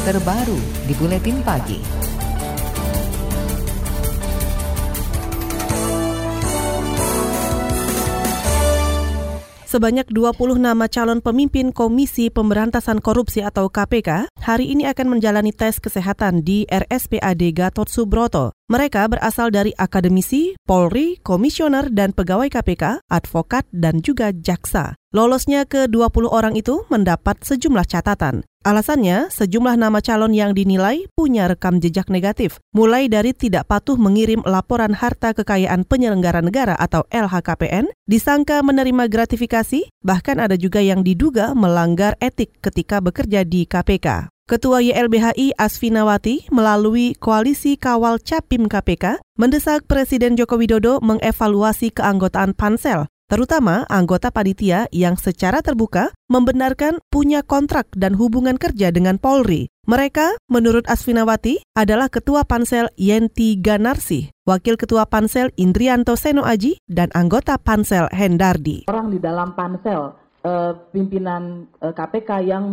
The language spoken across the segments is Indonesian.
terbaru di Buletin Pagi. Sebanyak 20 nama calon pemimpin Komisi Pemberantasan Korupsi atau KPK hari ini akan menjalani tes kesehatan di RSPAD Gatot Subroto. Mereka berasal dari akademisi, Polri, komisioner dan pegawai KPK, advokat dan juga jaksa. Lolosnya ke-20 orang itu mendapat sejumlah catatan. Alasannya, sejumlah nama calon yang dinilai punya rekam jejak negatif, mulai dari tidak patuh mengirim laporan harta kekayaan penyelenggara negara atau LHKPN, disangka menerima gratifikasi, bahkan ada juga yang diduga melanggar etik ketika bekerja di KPK. Ketua YLBHI Asfinawati melalui Koalisi Kawal Capim KPK mendesak Presiden Joko Widodo mengevaluasi keanggotaan pansel, terutama anggota panitia yang secara terbuka membenarkan punya kontrak dan hubungan kerja dengan Polri. Mereka, menurut Asfinawati, adalah Ketua Pansel Yenti Ganarsih, Wakil Ketua Pansel Indrianto Seno Aji, dan anggota Pansel Hendardi. Orang di dalam Pansel, pimpinan KPK yang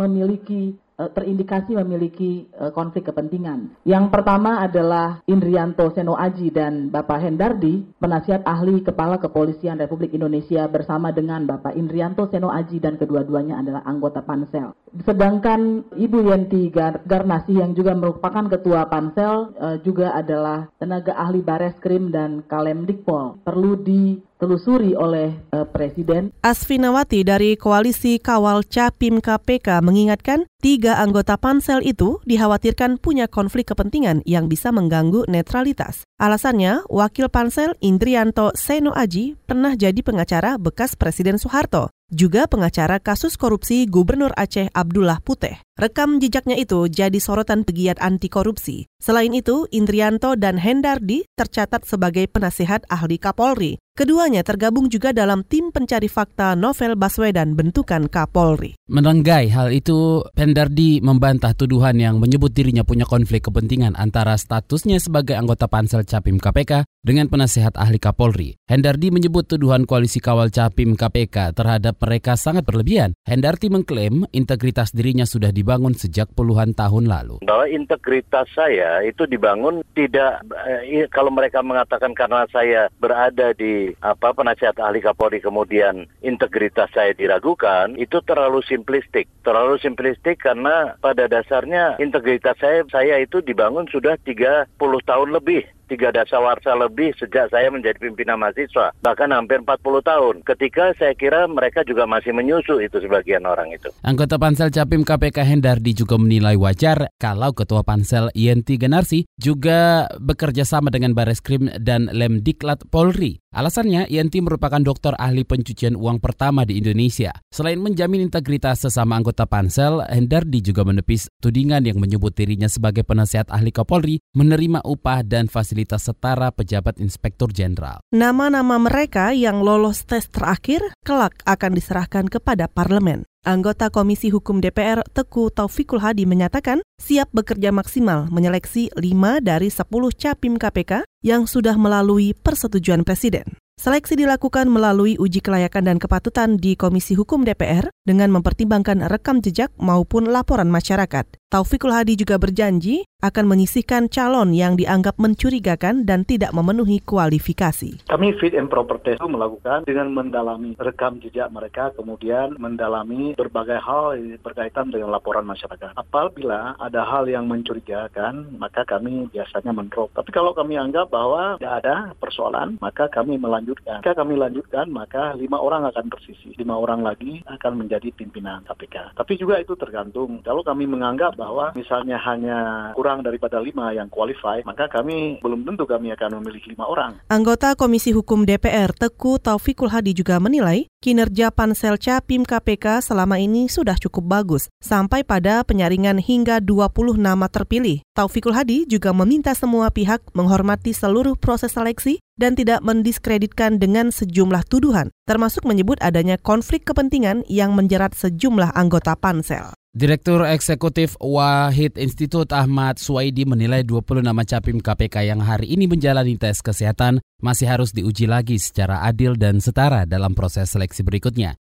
terindikasi memiliki konflik kepentingan. Yang pertama adalah Indrianto Seno Aji dan Bapak Hendardi, penasihat ahli Kepala Kepolisian Republik Indonesia bersama dengan Bapak Indrianto Seno Aji dan kedua-duanya adalah anggota Pansel. Sedangkan Ibu Yenti Garnasih yang juga merupakan Ketua Pansel juga adalah tenaga ahli Bareskrim dan Kalemdikpol. Perlu ditelusuri oleh Presiden. Asfinawati dari Koalisi Kawal Capim KPK mengingatkan 3 anggota pansel itu dikhawatirkan punya konflik kepentingan yang bisa mengganggu netralitas. Alasannya, Wakil Pansel Indrianto Seno Aji pernah jadi pengacara bekas Presiden Soeharto, juga pengacara kasus korupsi Gubernur Aceh Abdullah Puteh. Rekam jejaknya itu jadi sorotan pegiat anti korupsi. Selain itu, Indrianto dan Hendardi tercatat sebagai penasihat ahli Kapolri. Keduanya tergabung juga dalam tim pencari fakta Novel Baswedan bentukan Kapolri. Menenggai hal itu, Hendardi membantah tuduhan yang menyebut dirinya punya konflik kepentingan antara statusnya sebagai anggota Pansel Capim KPK dengan penasihat ahli Kapolri. Hendardi menyebut tuduhan Koalisi Kawal Capim KPK terhadap mereka sangat berlebihan. Hendardi mengklaim integritas dirinya sudah dibangun sejak puluhan tahun lalu. Bahwa integritas saya itu dibangun tidak, kalau mereka mengatakan karena saya berada di penasihat ahli Kapolri kemudian integritas saya diragukan, itu terlalu simplistik. Terlalu simplistik karena pada dasarnya integritas saya itu dibangun sudah 30 tahun lebih. 3 dasawarsa lebih sejak saya menjadi pimpinan mahasiswa, bahkan hampir 40 tahun. Ketika saya kira mereka juga masih menyusu itu sebagian orang itu. Anggota Pansel Capim KPK Hendardi juga menilai wajar kalau Ketua Pansel Yenti Ganarsih juga bekerja sama dengan Bareskrim dan Lemdiklat Polri. Alasannya, Yenti merupakan doktor ahli pencucian uang pertama di Indonesia. Selain menjamin integritas sesama anggota Pansel, Hendardi juga menepis tudingan yang menyebut dirinya sebagai penasihat ahli Kapolri menerima upah dan fasilitas setara pejabat inspektur jenderal. Nama-nama mereka yang lolos tes terakhir kelak akan diserahkan kepada parlemen. Anggota Komisi Hukum DPR Teguh Taufikul Hadi menyatakan siap bekerja maksimal menyeleksi 5 dari 10 capim KPK yang sudah melalui persetujuan Presiden. Seleksi dilakukan melalui uji kelayakan dan kepatutan di Komisi Hukum DPR dengan mempertimbangkan rekam jejak maupun laporan masyarakat. Taufikul Hadi juga berjanji akan menyisihkan calon yang dianggap mencurigakan dan tidak memenuhi kualifikasi. Kami fit and proper test itu melakukan dengan mendalami rekam jejak mereka, kemudian mendalami berbagai hal berkaitan dengan laporan masyarakat. Apabila ada hal yang mencurigakan, maka kami biasanya mendrop. Tapi kalau kami anggap bahwa tidak ada persoalan, maka kami melanjutkan. Jika kami lanjutkan, maka 5 orang akan tersisih. 5 orang lagi akan menjadi pimpinan KPK. Tapi juga itu tergantung. Kalau kami menganggap bahwa misalnya hanya kurang daripada 5 yang qualify, maka kami belum tentu kami akan memilih 5 orang. Anggota Komisi Hukum DPR Teguh Taufikul Hadi juga menilai kinerja Pansel Capim KPK selama ini sudah cukup bagus, sampai pada penyaringan hingga 20 nama terpilih. Taufikul Hadi juga meminta semua pihak menghormati seluruh proses seleksi dan tidak mendiskreditkan dengan sejumlah tuduhan, termasuk menyebut adanya konflik kepentingan yang menjerat sejumlah anggota Pansel. Direktur Eksekutif Wahid Institute Ahmad Suwaidi menilai 20 nama capim KPK yang hari ini menjalani tes kesehatan masih harus diuji lagi secara adil dan setara dalam proses seleksi berikutnya.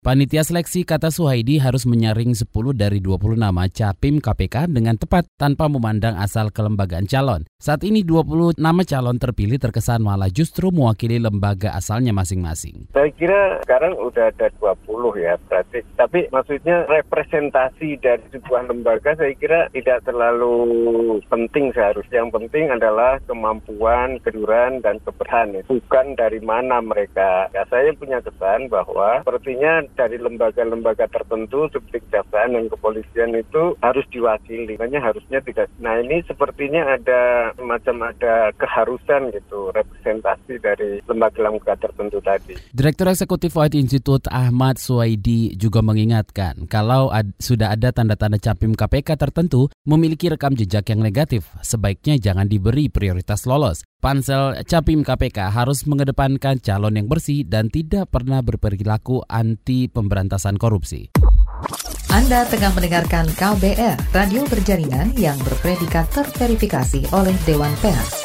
Panitia seleksi, kata Suhaidi, harus menyaring 10 dari 20 nama capim KPK dengan tepat tanpa memandang asal kelembagaan calon. Saat ini 20 nama calon terpilih terkesan malah justru mewakili lembaga asalnya masing-masing. Saya kira sekarang udah ada 20 ya berarti. Tapi maksudnya representasi dari sebuah lembaga saya kira tidak terlalu penting seharusnya. Yang penting adalah kemampuan, kejujuran, dan keberanian. Bukan dari mana mereka. Ya, saya punya kesan bahwa sepertinya dari lembaga-lembaga tertentu seperti kejaksaan dan kepolisian itu harus diwakili. Makanya harusnya tidak. Nah ini sepertinya ada keharusan gitu representasi dari lembaga-lembaga tertentu tadi. Direktur Eksekutif White Institute Ahmad Suhaidi juga mengingatkan kalau sudah ada tanda-tanda capim KPK tertentu memiliki rekam jejak yang negatif, sebaiknya jangan diberi prioritas lolos. Pansel Capim KPK harus mengedepankan calon yang bersih dan tidak pernah berperilaku anti pemberantasan korupsi. Anda tengah mendengarkan KBR, radio berjaringan yang berpredikat terverifikasi oleh Dewan Pers.